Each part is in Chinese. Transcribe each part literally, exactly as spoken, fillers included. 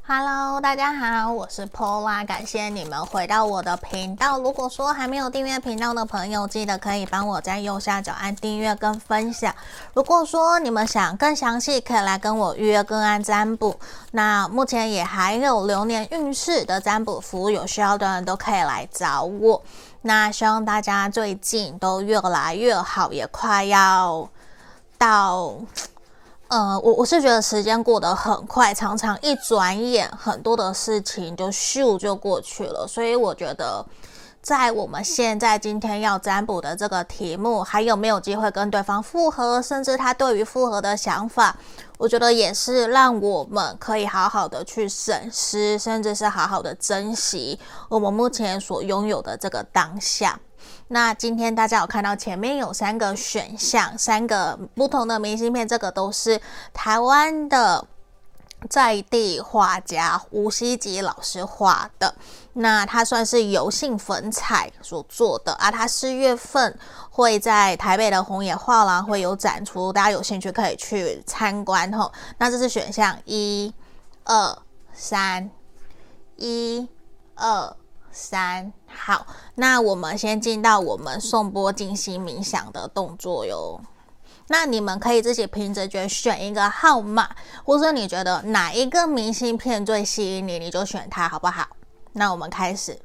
Hello， 大家好，我是 Paula， 感谢你们回到我的频道。如果说还没有订阅频道的朋友，记得可以帮我在右下角按订阅跟分享。如果说你们想更详细，可以来跟我预约个案占卜。那目前也还有流年运势的占卜服务，有需要的人都可以来找我。那希望大家最近都越来越好，也快要到。呃，我我是觉得时间过得很快，常常一转眼，很多的事情就咻就过去了。所以我觉得，在我们现在今天要占卜的这个题目，还有没有机会跟对方复合，甚至他对于复合的想法，我觉得也是让我们可以好好的去审视，甚至是好好的珍惜我们目前所拥有的这个当下。那今天大家有看到前面有三个选项，三个不同的明信片，这个都是台湾的在地画家吴希吉老师画的。那它算是油性粉彩所做的啊，它四月份会在台北的红野画廊会有展出，大家有兴趣可以去参观吼。那这是选项一、二、三，一、二、三。好，那我们先进到我们颂钵静心冥想的动作哟。那你们可以自己凭直觉选一个号码，或者你觉得哪一个明信片最吸引你，你就选它，好不好？那我们开始。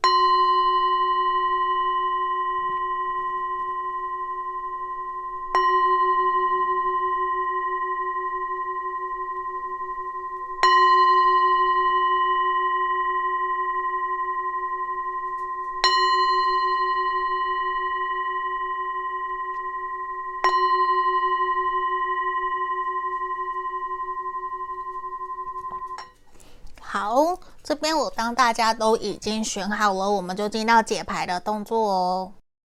好，这边我当大家都已经选好了，我们就进到解牌的动作哦。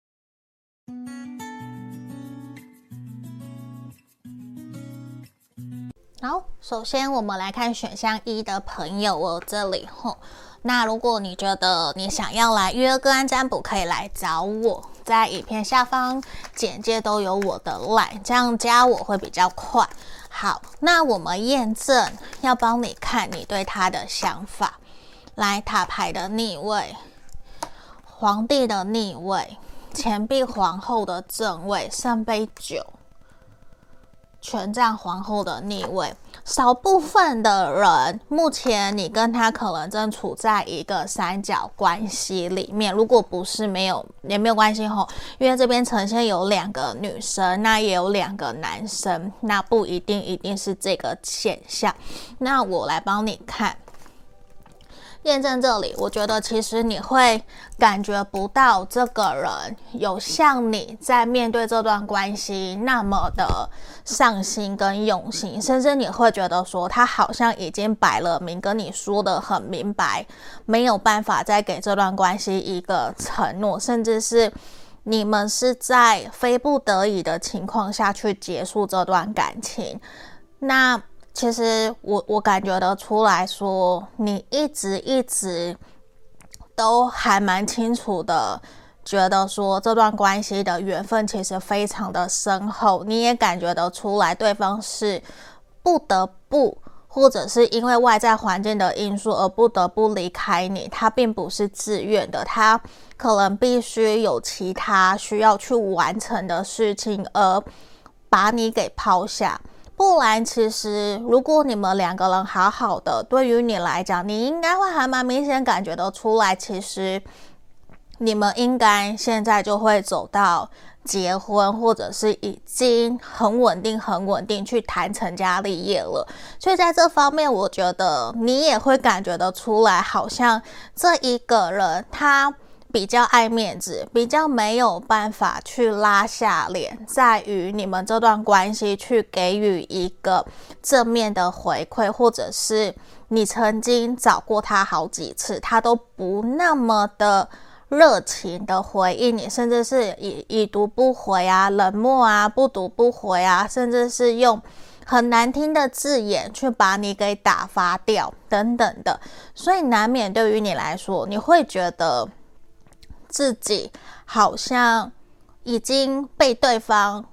好，首先我们来看选项一的朋友哦，这里吼。那如果你觉得你想要来约个案占卜，可以来找我，在影片下方简介都有我的 LINE， 这样加我会比较快。好，那我们验证要帮你看你对他的想法。来，塔牌的逆位，皇帝的逆位，钱币皇后的正位，圣杯九，权杖皇后的逆位。少部分的人，目前你跟他可能正处在一个三角关系里面，如果不是没有也没有关系吼，因为这边呈现有两个女生，那也有两个男生，那不一定一定是这个现象。那我来帮你看。验证这里，我觉得其实你会感觉不到这个人有像你在面对这段关系那么的上心跟用心，甚至你会觉得说他好像已经摆了明跟你说的很明白，没有办法再给这段关系一个承诺，甚至是你们是在非不得已的情况下去结束这段感情。那其实我我感觉得出来说，你一直一直都还蛮清楚的，觉得说这段关系的缘分其实非常的深厚，你也感觉得出来对方是不得不，或者是因为外在环境的因素而不得不离开你，他并不是自愿的，他可能必须有其他需要去完成的事情而把你给抛下。不然其实如果你们两个人好好的，对于你来讲，你应该会还蛮明显感觉得出来，其实你们应该现在就会走到结婚，或者是已经很稳定很稳定去谈成家立业了。所以在这方面我觉得你也会感觉得出来，好像这一个人他比较爱面子，比较没有办法去拉下脸，在于你们这段关系去给予一个正面的回馈，或者是你曾经找过他好几次，他都不那么的热情的回应你，甚至是已已读不回啊，冷漠啊，不读不回啊，甚至是用很难听的字眼去把你给打发掉等等的。所以难免对于你来说，你会觉得自己好像已经被对方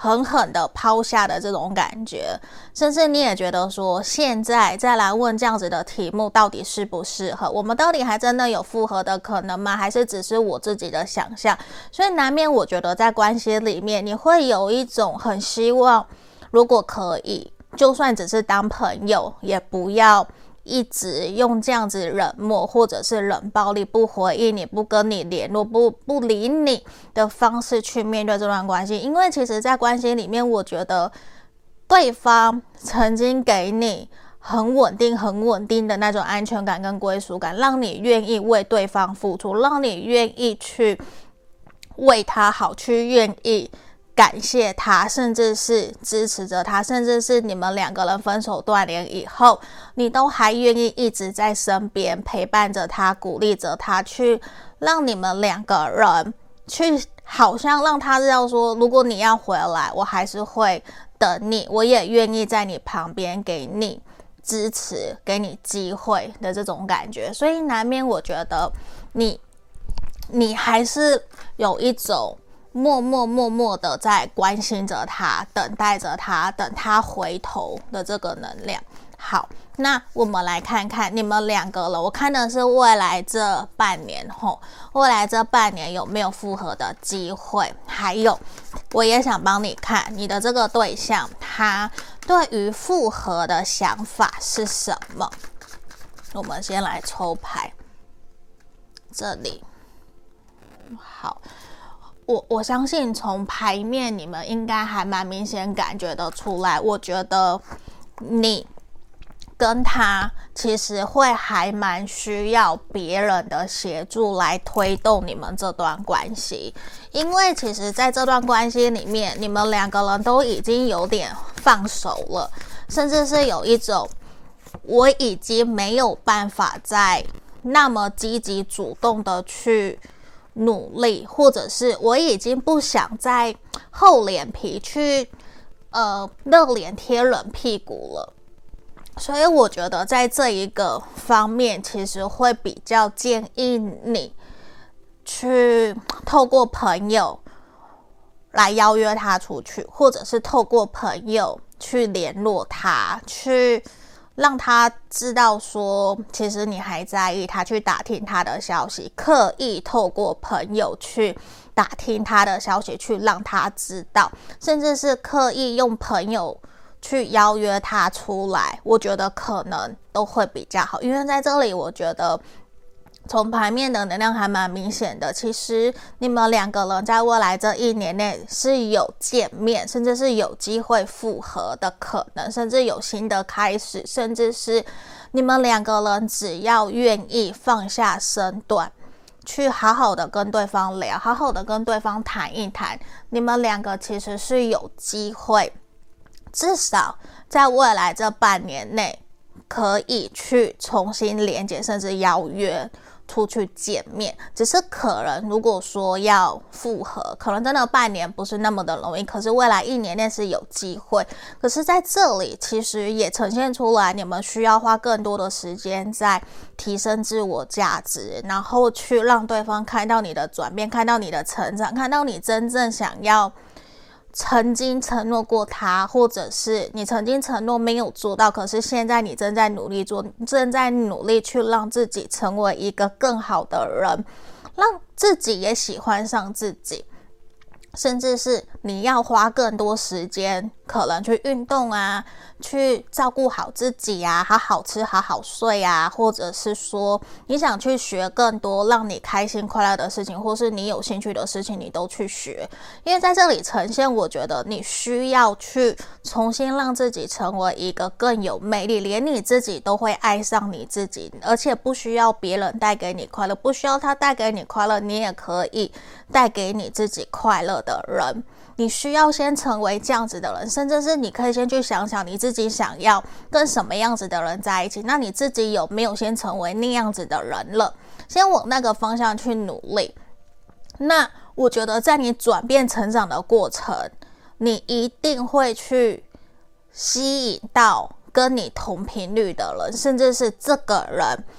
狠狠的抛下的这种感觉，甚至你也觉得说现在再来问这样子的题目到底适不适合，我们到底还真的有复合的可能吗？还是只是我自己的想象？所以难免我觉得在关系里面你会有一种很希望，如果可以，就算只是当朋友，也不要一直用这样子冷漠或者是冷暴力，不回应你，不跟你联络，不不理你的方式去面对这段关系。因为其实在关系里面，我觉得对方曾经给你很稳定很稳定的那种安全感跟归属感，让你愿意为对方付出，让你愿意去为他好，去愿意感谢他，甚至是支持着他，甚至是你们两个人分手断联以后，你都还愿意一直在身边陪伴着他，鼓励着他，去让你们两个人去好像让他知道说，如果你要回来，我还是会等你，我也愿意在你旁边给你支持，给你机会的这种感觉。所以难免我觉得你你还是有一种默默默默的在关心着他，等待着他，等他回头的这个能量。好，那我们来看看你们两个了，我看的是未来这半年后，未来这半年有没有复合的机会，还有我也想帮你看你的这个对象他对于复合的想法是什么。我们先来抽牌，这里好，我我相信从牌面你们应该还蛮明显感觉得出来，我觉得你跟他其实会还蛮需要别人的协助来推动你们这段关系，因为其实在这段关系里面，你们两个人都已经有点放手了，甚至是有一种我已经没有办法再那么积极主动的去努力，或者是我已经不想再厚脸皮去呃热脸贴冷屁股了。所以我觉得在这一个方面，其实会比较建议你去透过朋友来邀约他出去，或者是透过朋友去联络他，去让他知道说其实你还在意他，去打听他的消息，刻意透过朋友去打听他的消息，去让他知道，甚至是刻意用朋友去邀约他出来，我觉得可能都会比较好。因为在这里我觉得从牌面的能量还蛮明显的，其实你们两个人在未来这一年内是有见面，甚至是有机会复合的可能，甚至有新的开始，甚至是你们两个人只要愿意放下身段，去好好的跟对方聊，好好的跟对方谈一谈，你们两个其实是有机会，至少在未来这半年内可以去重新连接，甚至邀约出去见面。只是可能如果说要复合，可能真的半年不是那么的容易，可是未来一年内是有机会。可是在这里其实也呈现出来，你们需要花更多的时间在提升自我价值，然后去让对方看到你的转变，看到你的成长，看到你真正想要曾经承诺过他，或者是你曾经承诺没有做到，可是现在你正在努力做，正在努力去让自己成为一个更好的人，让自己也喜欢上自己，甚至是你要花更多时间可能去运动啊，去照顾好自己啊，好好吃好好睡啊，或者是说你想去学更多让你开心快乐的事情，或是你有兴趣的事情，你都去学。因为在这里呈现，我觉得你需要去重新让自己成为一个更有魅力，连你自己都会爱上你自己，而且不需要别人带给你快乐，不需要他带给你快乐，你也可以带给你自己快乐的人。你需要先成为这样子的人，甚至是你可以先去想想你自己想要跟什么样子的人在一起，那你自己有没有先成为那样子的人了，先往那个方向去努力。那我觉得在你转变成长的过程，你一定会去吸引到跟你同频率的人，甚至是这个人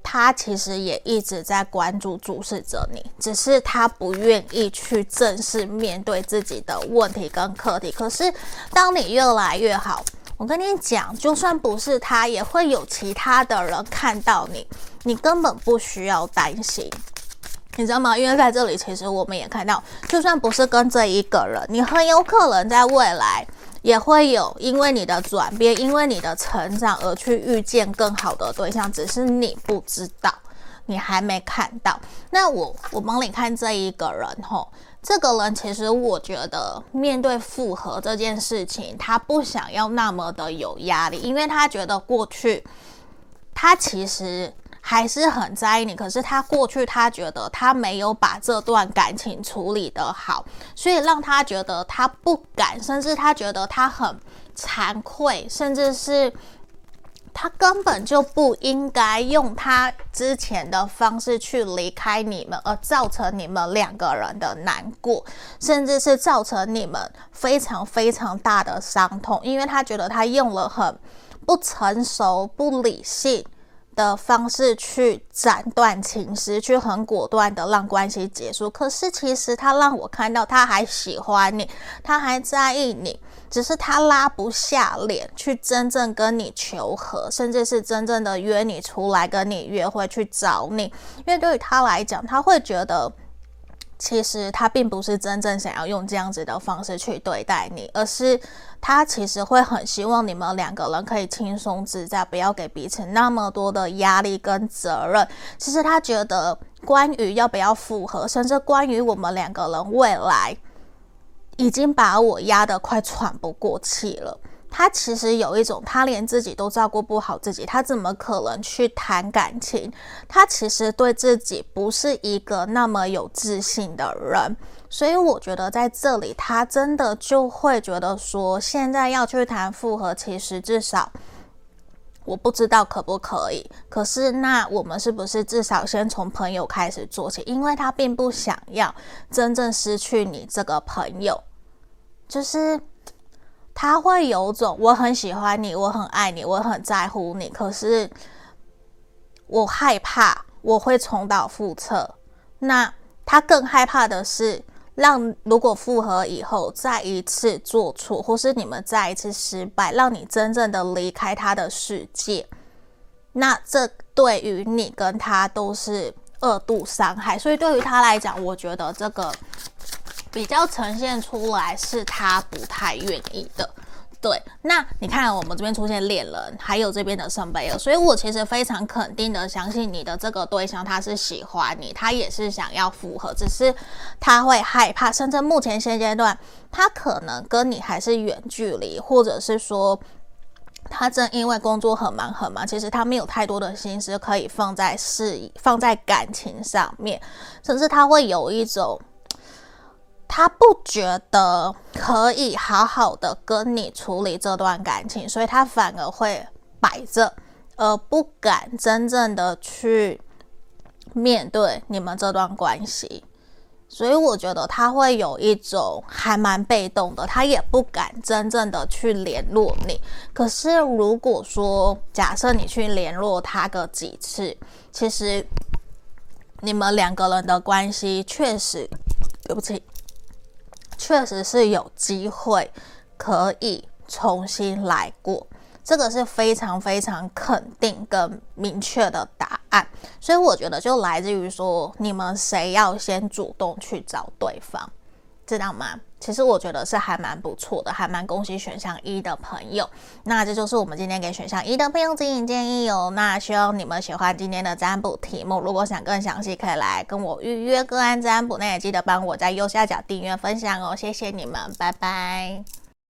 他其实也一直在关注注视着你，只是他不愿意去正式面对自己的问题跟课题。可是当你越来越好，我跟你讲，就算不是他，也会有其他的人看到你，你根本不需要担心，你知道吗？因为在这里其实我们也看到，就算不是跟这一个人，你很有可能在未来也会有因为你的转变，因为你的成长而去遇见更好的对象，只是你不知道，你还没看到。那我我帮你看这一个人吼，这个人其实我觉得面对复合这件事情，他不想要那么的有压力，因为他觉得过去他其实还是很在意你，可是他过去他觉得他没有把这段感情处理得好，所以让他觉得他不敢，甚至他觉得他很惭愧，甚至是他根本就不应该用他之前的方式去离开你们，而造成你们两个人的难过，甚至是造成你们非常非常大的伤痛，因为他觉得他用了很不成熟、不理性的方式去斩断情丝，去很果断的让关系结束。可是其实他让我看到他还喜欢你，他还在意你，只是他拉不下脸去真正跟你求和，甚至是真正的约你出来跟你约会，去找你。因为对于他来讲，他会觉得其实他并不是真正想要用这样子的方式去对待你，而是他其实会很希望你们两个人可以轻松自在，不要给彼此那么多的压力跟责任。其实他觉得关于要不要复合，甚至关于我们两个人未来，已经把我压得快喘不过气了。他其实有一种，他连自己都照顾不好自己，他怎么可能去谈感情？他其实对自己不是一个那么有自信的人，所以我觉得在这里他真的就会觉得说，现在要去谈复合，其实至少我不知道可不可以，可是那我们是不是至少先从朋友开始做起？因为他并不想要真正失去你这个朋友，就是他会有种我很喜欢你，我很爱你，我很在乎你，可是我害怕我会重蹈覆辙。那他更害怕的是让如果复合以后再一次做错，或是你们再一次失败，让你真正的离开他的世界，那这对于你跟他都是二度伤害。所以对于他来讲，我觉得这个比较呈现出来是他不太愿意的。对，那你看我们这边出现恋人，还有这边的圣杯二，所以我其实非常肯定的相信你的这个对象他是喜欢你，他也是想要复合，只是他会害怕，甚至目前现阶段他可能跟你还是远距离，或者是说他正因为工作很忙很忙，其实他没有太多的心思可以放在事业放在感情上面，甚至他会有一种他不觉得可以好好的跟你处理这段感情，所以他反而会摆着，而不敢真正的去面对你们这段关系。所以我觉得他会有一种还蛮被动的，他也不敢真正的去联络你。可是如果说假设你去联络他个几次，其实你们两个人的关系确实，对不起，确实是有机会可以重新来过，这个是非常非常肯定跟明确的答案。所以我觉得就来自于说，你们谁要先主动去找对方，知道吗？其实我觉得是还蛮不错的，还蛮恭喜选项一的朋友。那这就是我们今天给选项一的朋友指引建议哦。那希望你们喜欢今天的占卜题目，如果想更详细，可以来跟我预约个案占卜。那也记得帮我在右下角订阅分享哦，谢谢你们，拜拜。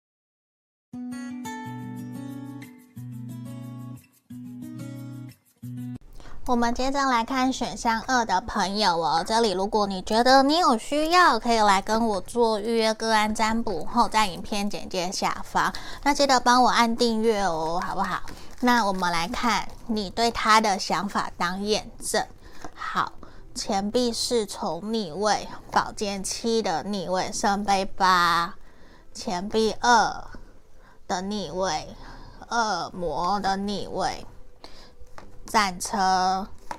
我们接着来看选项二的朋友哦，这里如果你觉得你有需要，可以来跟我做预约个案占卜后，在影片简介下方，那记得帮我按订阅哦，好不好？那我们来看你对他的想法当验证。好，钱币侍从逆位，宝剑七的逆位，圣杯八，钱币二的逆位，恶魔的逆位，战车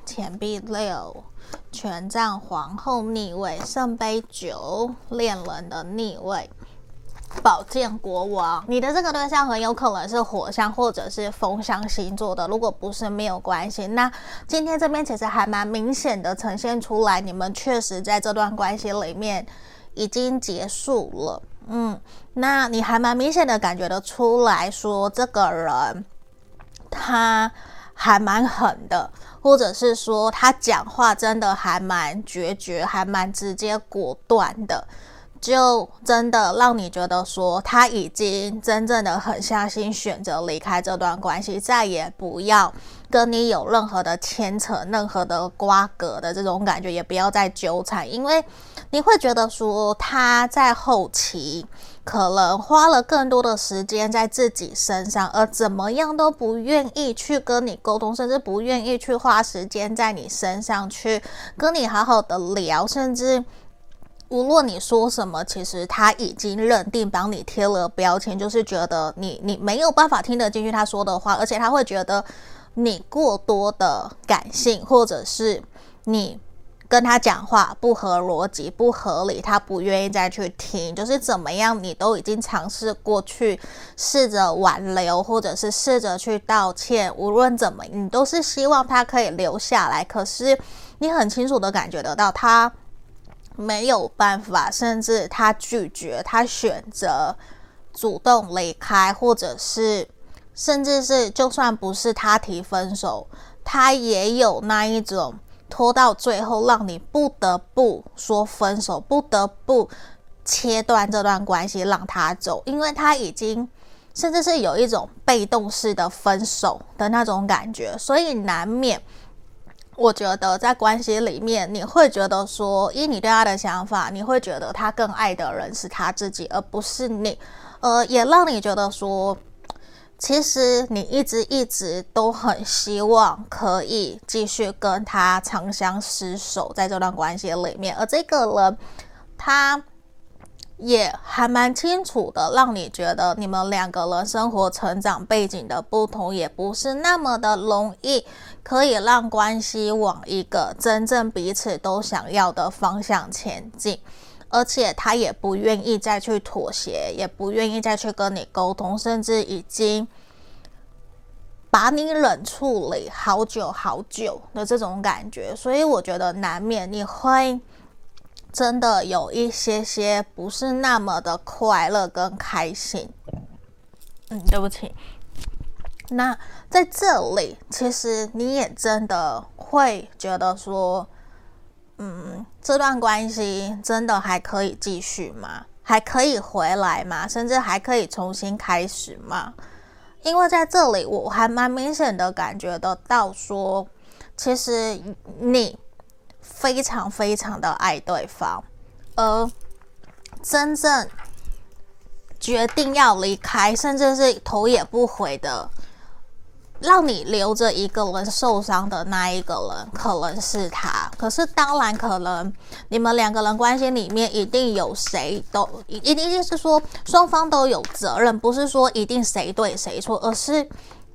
钱币六，权杖皇后逆位，圣杯九，恋人的逆位，宝剑国王。你的这个对象很有可能是火象或者是风象星座的，如果不是没有关系。那今天这边其实还蛮明显的呈现出来，你们确实在这段关系里面已经结束了。嗯，那你还蛮明显的感觉得出来说，这个人他还蛮狠的，或者是说他讲话真的还蛮决绝，还蛮直接果断的，就真的让你觉得说他已经真正的狠下心选择离开这段关系，再也不要跟你有任何的牵扯，任何的瓜葛的这种感觉，也不要再纠缠。因为你会觉得说他在后期可能花了更多的时间在自己身上，而怎么样都不愿意去跟你沟通，甚至不愿意去花时间在你身上去跟你好好的聊，甚至无论你说什么，其实他已经认定帮你贴了标签，就是觉得你你没有办法听得进去他说的话，而且他会觉得你过多的感性，或者是你跟他讲话不合逻辑不合理，他不愿意再去听，就是怎么样你都已经尝试过去试着挽留，或者是试着去道歉，无论怎么你都是希望他可以留下来，可是你很清楚的感觉得到他没有办法，甚至他拒绝，他选择主动离开，或者是甚至是就算不是他提分手，他也有那一种拖到最后让你不得不说分手，不得不切断这段关系让他走，因为他已经甚至是有一种被动式的分手的那种感觉，所以难免我觉得在关系里面你会觉得说，依你对他的想法，你会觉得他更爱的人是他自己而不是你，呃，也让你觉得说其实你一直一直都很希望可以继续跟他长相厮守在这段关系里面，而这个人他也还蛮清楚的让你觉得你们两个人生活成长背景的不同，也不是那么的容易可以让关系往一个真正彼此都想要的方向前进，而且他也不愿意再去妥协，也不愿意再去跟你沟通，甚至已经把你冷处理好久好久的这种感觉，所以我觉得难免你会真的有一些些不是那么的快乐跟开心。嗯，对不起。那在这里其实你也真的会觉得说，嗯，这段关系真的还可以继续吗？还可以回来吗？甚至还可以重新开始吗？因为在这里我还蛮明显的感觉得到说，其实你非常非常的爱对方，而真正决定要离开，甚至是头也不回的让你留着一个人受伤的那一个人可能是他，可是当然可能你们两个人关系里面一定有谁都一定是说双方都有责任，不是说一定谁对谁错，而是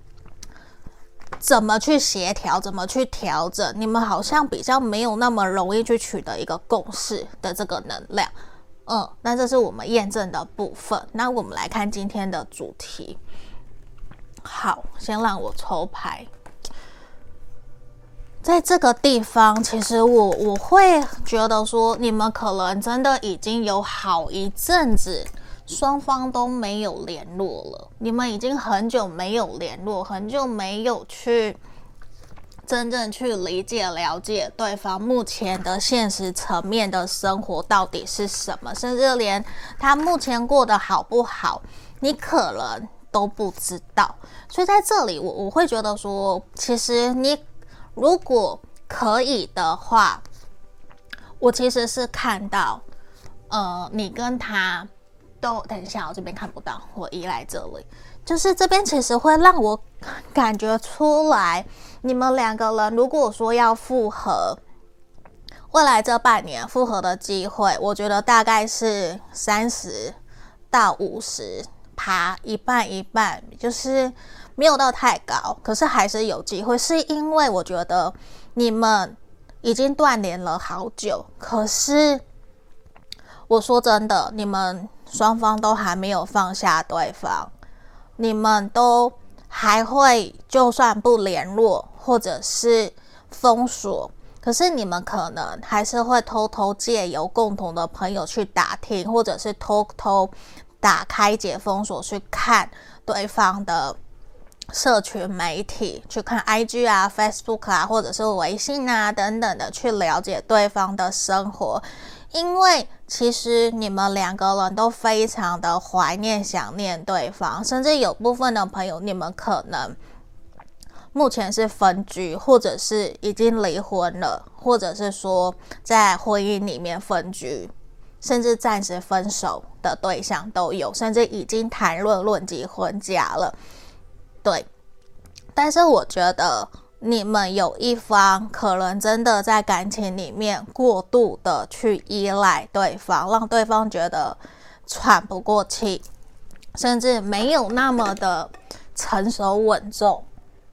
怎么去协调，怎么去调整，你们好像比较没有那么容易去取得一个共识的这个能量。嗯，那这是我们验证的部分。那我们来看今天的主题。好，先让我抽牌。在这个地方，其实我我会觉得说，你们可能真的已经有好一阵子双方都没有联络了，你们已经很久没有联络，很久没有去真正去理解了解对方目前的现实层面的生活到底是什么，甚至连他目前过得好不好你可能都不知道。所以在这里我我会觉得说，其实你如果可以的话，我其实是看到呃，你跟他都等一下，我这边看不到，我移来这里，就是这边其实会让我感觉出来，你们两个人如果说要复合，未来这半年复合的机会，我觉得大概是三十到五十趴，一半一半，就是没有到太高，可是还是有机会，是因为我觉得你们已经断联了好久，可是我说真的，你们双方都还没有放下对方，你们都还会就算不联络或者是封锁，可是你们可能还是会偷偷借由共同的朋友去打听，或者是偷偷打开解封锁去看对方的社群媒体，去看 I G 啊 Facebook 啊或者是微信啊等等的，去了解对方的生活。因为其实你们两个人都非常的怀念想念对方，甚至有部分的朋友你们可能目前是分居，或者是已经离婚了，或者是说在婚姻里面分居，甚至暂时分手的对象都有，甚至已经谈论论及婚嫁了。对，但是我觉得你们有一方可能真的在感情里面过度的去依赖对方，让对方觉得喘不过气，甚至没有那么的成熟稳重，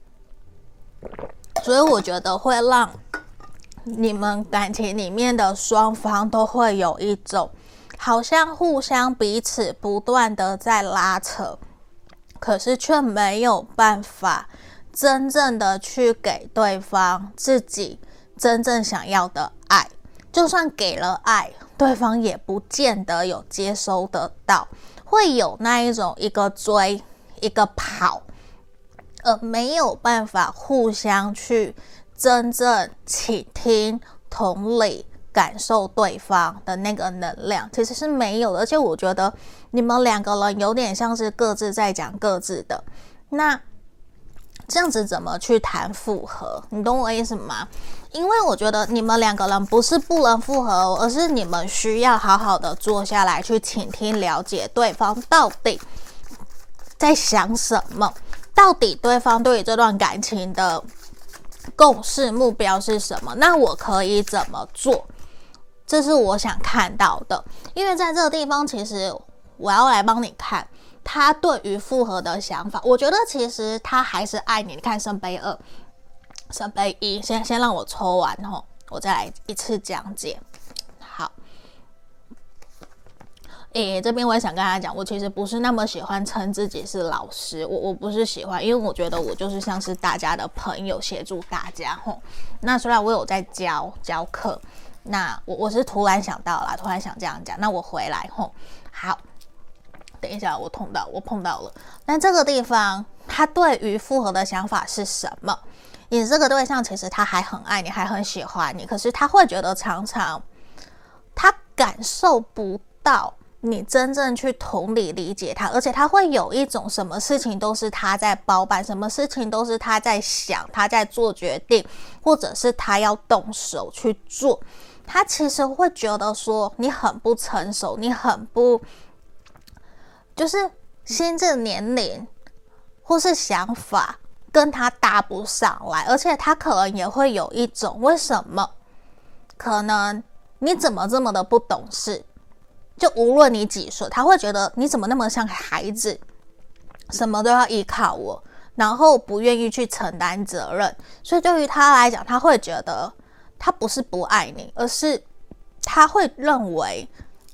所以我觉得会让你们感情里面的双方都会有一种好像互相彼此不断的在拉扯，可是却没有办法真正的去给对方自己真正想要的爱，就算给了爱，对方也不见得有接收得到，会有那一种一个追一个跑，而没有办法互相去真正倾听同理感受对方的那个能量，其实是没有的。而且我觉得你们两个人有点像是各自在讲各自的，那这样子怎么去谈复合？你懂我意思吗？因为我觉得你们两个人不是不能复合，而是你们需要好好的坐下来去倾听了解对方到底在想什么，到底对方对于这段感情的共识目标是什么，那我可以怎么做，这是我想看到的。因为在这个地方其实我要来帮你看他对于复合的想法，我觉得其实他还是爱你。你看圣杯二圣杯一，先先让我抽完后我再来一次讲解。好，诶，这边我也想跟他讲，我其实不是那么喜欢称自己是老师，我我不是喜欢，因为我觉得我就是像是大家的朋友，协助大家吼。那虽然我有在教教课，那我我是突然想到啦，突然想这样讲，那我回来吼。好，等一下，我碰到我碰到了。那这个地方，他对于复合的想法是什么？你这个对象其实他还很爱你，还很喜欢你，可是他会觉得常常他感受不到你真正去同理理解他，而且他会有一种什么事情都是他在包办，什么事情都是他在想，他在做决定，或者是他要动手去做。他其实会觉得说你很不成熟，你很不就是心智年龄或是想法跟他搭不上来，而且他可能也会有一种为什么可能你怎么这么的不懂事，就无论你几岁，他会觉得你怎么那么像孩子，什么都要依靠我，然后不愿意去承担责任。所以对于他来讲，他会觉得他不是不爱你，而是他会认为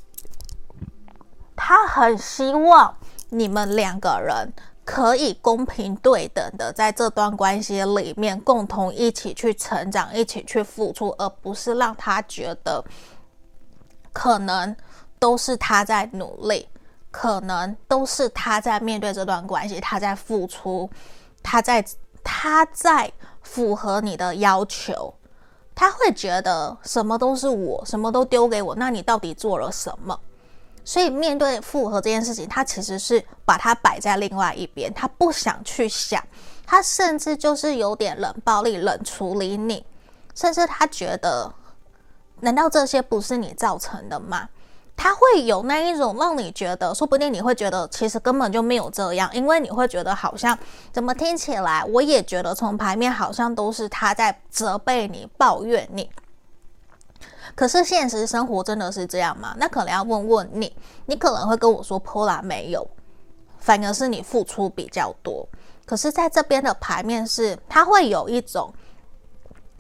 他很希望你们两个人可以公平对等的在这段关系里面共同一起去成长，一起去付出，而不是让他觉得可能都是他在努力，可能都是他在面对这段关系，他在付出，他在他在符合你的要求。他会觉得什么都是我，什么都丢给我，那你到底做了什么？所以面对复合这件事情，他其实是把它摆在另外一边，他不想去想，他甚至就是有点冷暴力、冷处理你，甚至他觉得难道这些不是你造成的吗？他会有那一种让你觉得，说不定你会觉得其实根本就没有这样，因为你会觉得好像怎么听起来，我也觉得从牌面好像都是他在责备你、抱怨你。可是现实生活真的是这样吗？那可能要问问你，你可能会跟我说 Paula 没有，反而是你付出比较多。可是在这边的牌面是，他会有一种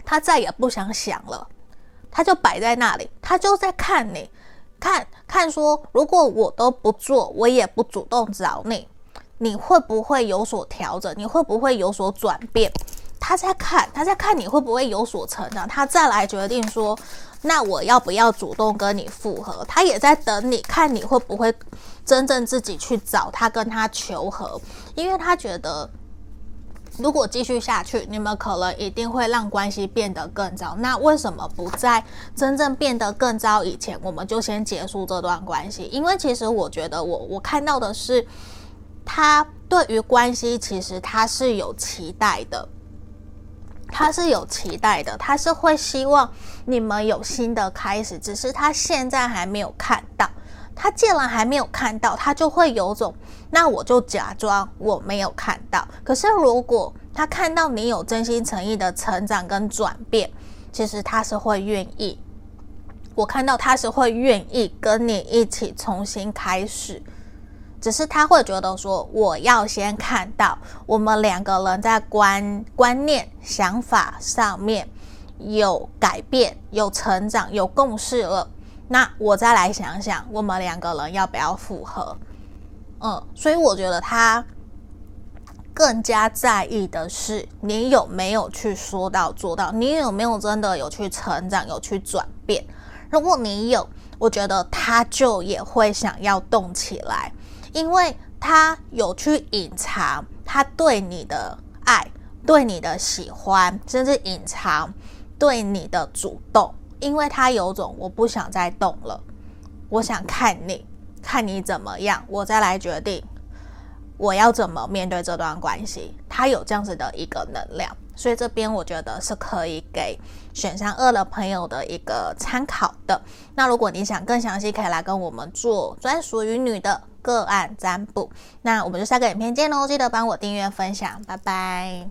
他再也不想想了，他就摆在那里，他就在看你，看看说，如果我都不做，我也不主动找你，你会不会有所调整？你会不会有所转变？他在看，他在看你会不会有所成长，他再来决定说，那我要不要主动跟你复合？他也在等你，看你会不会真正自己去找他，跟他求和，因为他觉得，如果继续下去，你们可能一定会让关系变得更糟。那为什么不在真正变得更糟以前，我们就先结束这段关系？因为其实我觉得我，我我看到的是，他对于关系其实他是有期待的。他是有期待的，他是会希望你们有新的开始，只是他现在还没有看到。他既然还没有看到，他就会有种，那我就假装我没有看到。可是如果他看到你有真心诚意的成长跟转变，其实他是会愿意，我看到他是会愿意跟你一起重新开始。只是他会觉得说，我要先看到我们两个人在观观念、想法上面有改变、有成长、有共识了，那我再来想想，我们两个人要不要复合？嗯，所以我觉得他更加在意的是你有没有去说到做到，你有没有真的有去成长、有去转变。如果你有，我觉得他就也会想要动起来。因为他有去隐藏他对你的爱，对你的喜欢，甚至隐藏对你的主动，因为他有种我不想再动了，我想看你，看你怎么样，我再来决定我要怎么面对这段关系。他有这样子的一个能量，所以这边我觉得是可以给选项二的朋友的一个参考的。那如果你想更详细，可以来跟我们做专属于女的个案占卜。那我们就下个影片见咯，记得帮我订阅分享，拜拜。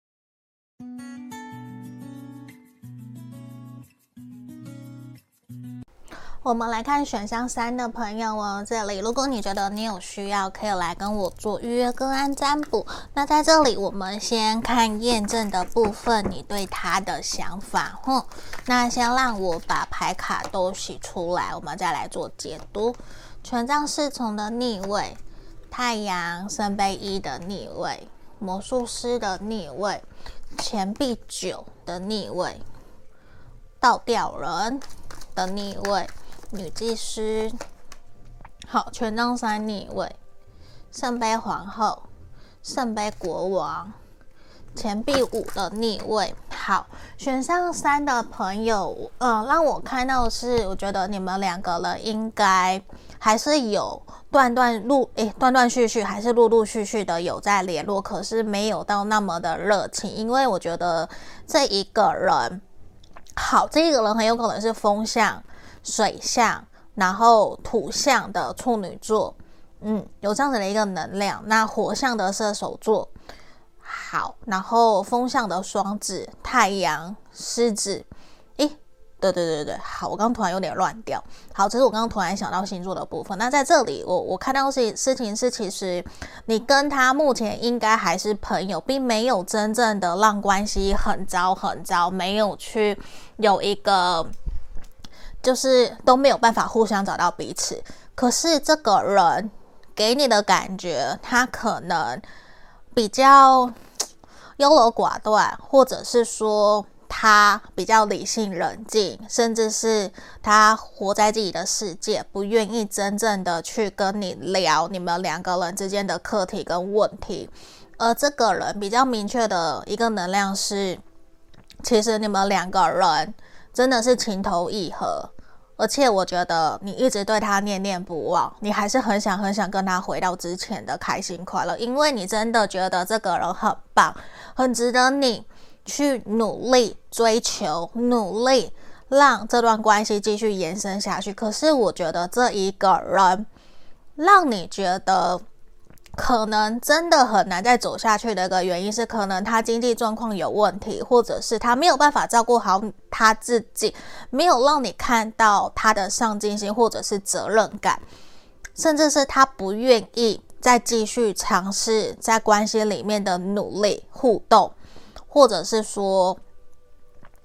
我们来看选项三的朋友哦，这里如果你觉得你有需要，可以来跟我做预约个案占卜。那在这里我们先看验证的部分，你对他的想法。哼，那先让我把牌卡都洗出来，我们再来做解读。权杖侍从的逆位，太阳圣杯一的逆位，魔术师的逆位，钱币九的逆位，倒吊人的逆位，女祭司，好，权杖三逆位，圣杯皇后，圣杯国王，钱币五的逆位。好，选项三的朋友，呃，让我看到的是，我觉得你们两个人应该还是有断断陆，诶，断断续续，还是陆陆续续的有在联络，可是没有到那么的热情，因为我觉得这一个人，好，这一个人很有可能是风象、水象，然后土象的处女座，嗯，有这样子的一个能量。那火象的射手座，好，然后风象的双子、太阳、狮子，诶，对对对对，好，我刚刚突然有点乱掉。好，这是我刚刚突然想到星座的部分。那在这里，我我看到是事情是，其实你跟他目前应该还是朋友，并没有真正的让关系很糟很糟，没有去有一个。就是都没有办法互相找到彼此，可是这个人给你的感觉，他可能比较优柔寡断，或者是说他比较理性冷静，甚至是他活在自己的世界，不愿意真正的去跟你聊你们两个人之间的课题跟问题。而这个人比较明确的一个能量是，其实你们两个人真的是情投意合，而且我觉得你一直对他念念不忘，你还是很想很想跟他回到之前的开心快乐，因为你真的觉得这个人很棒，很值得你去努力追求，努力让这段关系继续延伸下去。可是我觉得这一个人让你觉得可能真的很难再走下去的一个原因是，可能他经济状况有问题，或者是他没有办法照顾好他自己，没有让你看到他的上进心或者是责任感，甚至是他不愿意再继续尝试在关系里面的努力互动，或者是说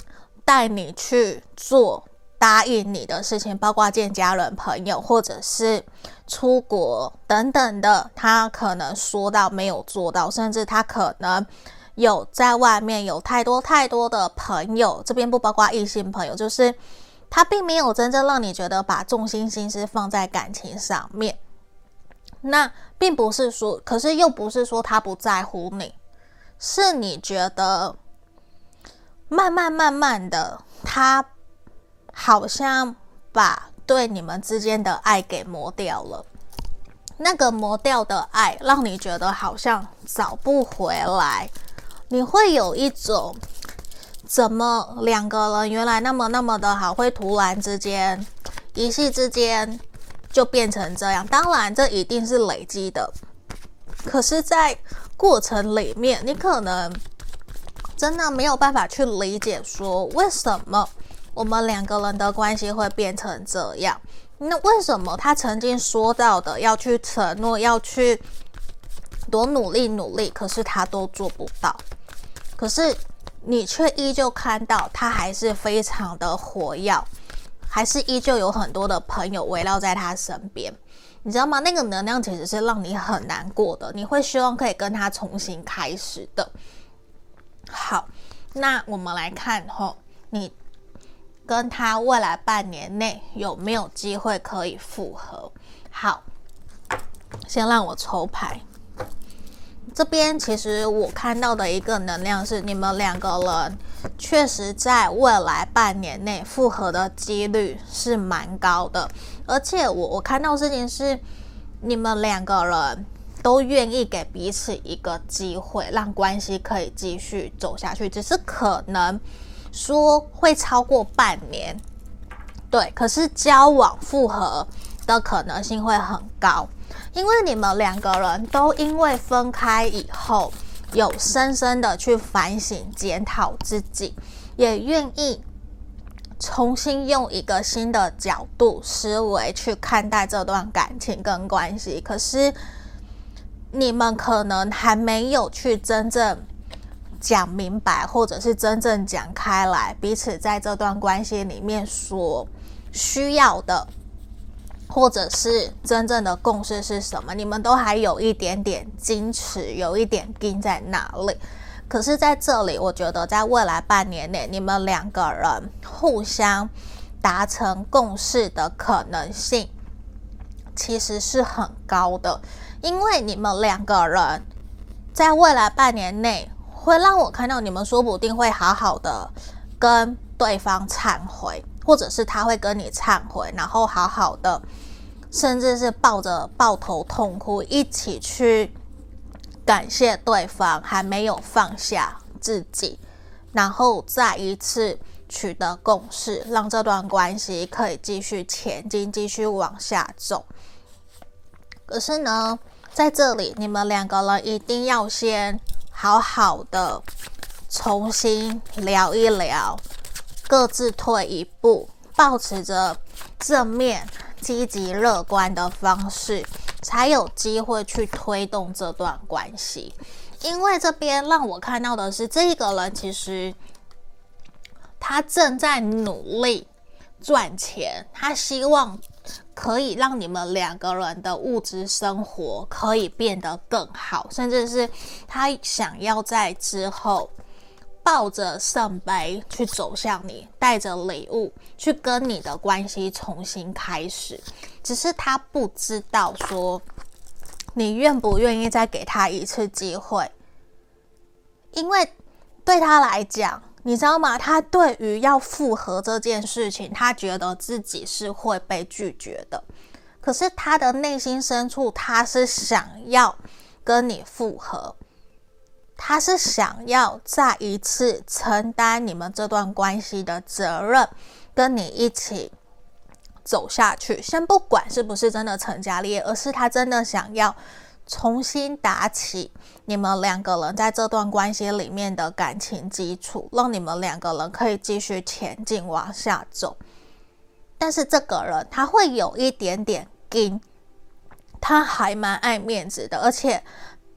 带你去做答应你的事情，包括见家人朋友或者是出国等等的，他可能说到没有做到，甚至他可能有在外面有太多太多的朋友，这边不包括异性朋友，就是他并没有真正让你觉得把重心心思放在感情上面。那并不是说，可是又不是说他不在乎你，是你觉得慢慢慢慢的他好像把对你们之间的爱给磨掉了，那个磨掉的爱让你觉得好像找不回来，你会有一种怎么两个人原来那么那么的好，会突然之间一夕之间就变成这样。当然这一定是累积的，可是在过程里面你可能真的没有办法去理解说为什么我们两个人的关系会变成这样。那为什么他曾经说到的要去承诺，要去多努力努力，可是他都做不到，可是你却依旧看到他还是非常的活跃，还是依旧有很多的朋友围绕在他身边，你知道吗？那个能量其实是让你很难过的，你会希望可以跟他重新开始的。好，那我们来看吼，你跟他未来半年内有没有机会可以复合？好，先让我抽牌。这边其实我看到的一个能量是，你们两个人确实在未来半年内复合的几率是蛮高的，而且我我看到事情是，你们两个人都愿意给彼此一个机会，让关系可以继续走下去，只是可能说会超过半年，对，可是交往复合的可能性会很高，因为你们两个人都因为分开以后有深深的去反省检讨自己，也愿意重新用一个新的角度思维去看待这段感情跟关系，可是你们可能还没有去真正讲明白，或者是真正讲开来，彼此在这段关系里面所需要的，或者是真正的共识是什么，你们都还有一点点矜持，有一点盯在那里。可是在这里，我觉得在未来半年内，你们两个人互相达成共识的可能性其实是很高的，因为你们两个人在未来半年内会让我看到你们说不定会好好的跟对方忏悔，或者是他会跟你忏悔，然后好好的甚至是抱着抱头痛哭一起去感谢对方还没有放下自己，然后再一次取得共识，让这段关系可以继续前进，继续往下走。可是呢，在这里你们两个人一定要先好好的重新聊一聊，各自退一步，抱持着正面积极乐观的方式，才有机会去推动这段关系。因为这边让我看到的是，这个人其实他正在努力赚钱，他希望可以让你们两个人的物质生活可以变得更好，甚至是他想要在之后抱着圣杯去走向你，带着礼物去跟你的关系重新开始，只是他不知道说你愿不愿意再给他一次机会。因为对他来讲，你知道吗，他对于要复合这件事情，他觉得自己是会被拒绝的，可是他的内心深处，他是想要跟你复合，他是想要再一次承担你们这段关系的责任，跟你一起走下去。先不管是不是真的成家立业，而是他真的想要重新打起你们两个人在这段关系里面的感情基础，让你们两个人可以继续前进往下走。但是这个人他会有一点点硬，他还蛮爱面子的，而且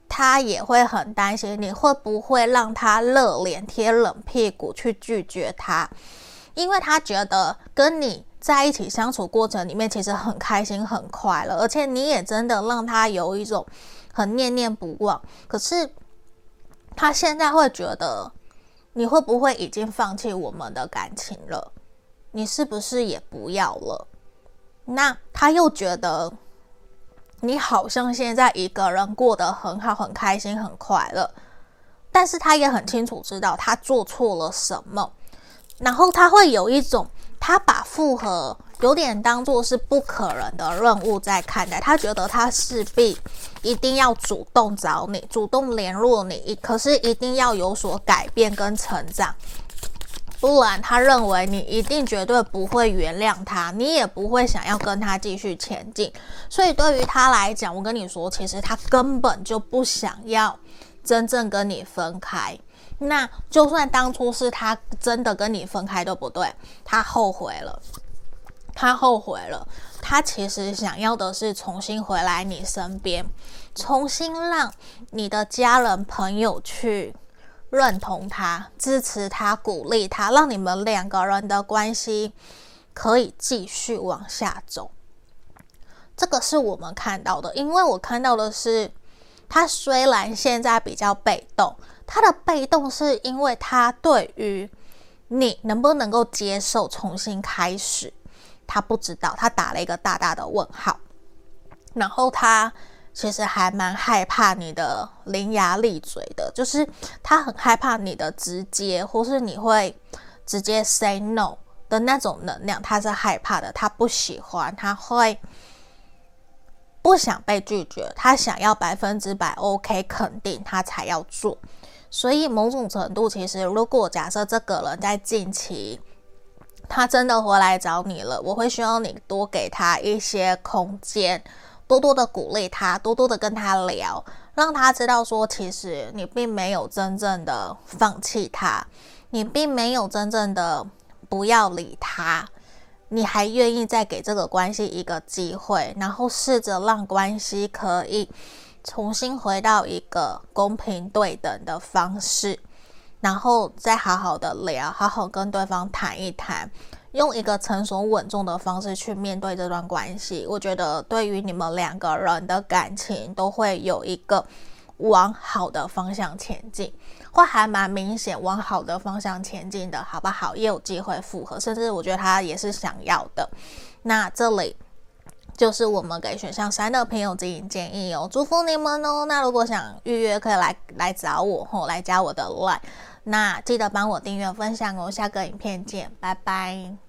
他也会很担心你会不会让他热脸贴冷屁股去拒绝他，因为他觉得跟你在一起相处过程里面其实很开心很快乐，而且你也真的让他有一种很念念不忘，可是他现在会觉得你会不会已经放弃我们的感情了，你是不是也不要了，那他又觉得你好像现在一个人过得很好很开心很快乐，但是他也很清楚知道他做错了什么，然后他会有一种他把复合有点当作是不可能的任务在看待，他觉得他势必一定要主动找你，主动联络你，可是一定要有所改变跟成长，不然他认为你一定绝对不会原谅他，你也不会想要跟他继续前进，所以对于他来讲，我跟你说，其实他根本就不想要真正跟你分开，那就算当初是他真的跟你分开，对不对？他后悔了，他后悔了，他其实想要的是重新回来你身边，重新让你的家人朋友去认同他，支持他，鼓励他，让你们两个人的关系可以继续往下走。这个是我们看到的，因为我看到的是他虽然现在比较被动，他的被动是因为他对于你能不能够接受重新开始他不知道，他打了一个大大的问号，然后他其实还蛮害怕你的伶牙俐嘴的，就是他很害怕你的直接，或是你会直接 say no 的那种能量，他是害怕的，他不喜欢，他会不想被拒绝，他想要百分之百 OK 肯定他才要做。所以某种程度，其实如果假设这个人在近期他真的回来找你了，我会希望你多给他一些空间，多多的鼓励他，多多的跟他聊，让他知道说其实你并没有真正的放弃他，你并没有真正的不要理他，你还愿意再给这个关系一个机会，然后试着让关系可以重新回到一个公平对等的方式，然后再好好的聊，好好跟对方谈一谈，用一个成熟稳重的方式去面对这段关系，我觉得对于你们两个人的感情都会有一个往好的方向前进，会还蛮明显往好的方向前进的，好不好？也有机会复合，甚至我觉得他也是想要的。那这里就是我们给选项三的朋友指引建议哦，祝福你们哦。那如果想预约，可以来来找我吼，来加我的 LINE。那记得帮我订阅分享哦，下个影片见，拜拜。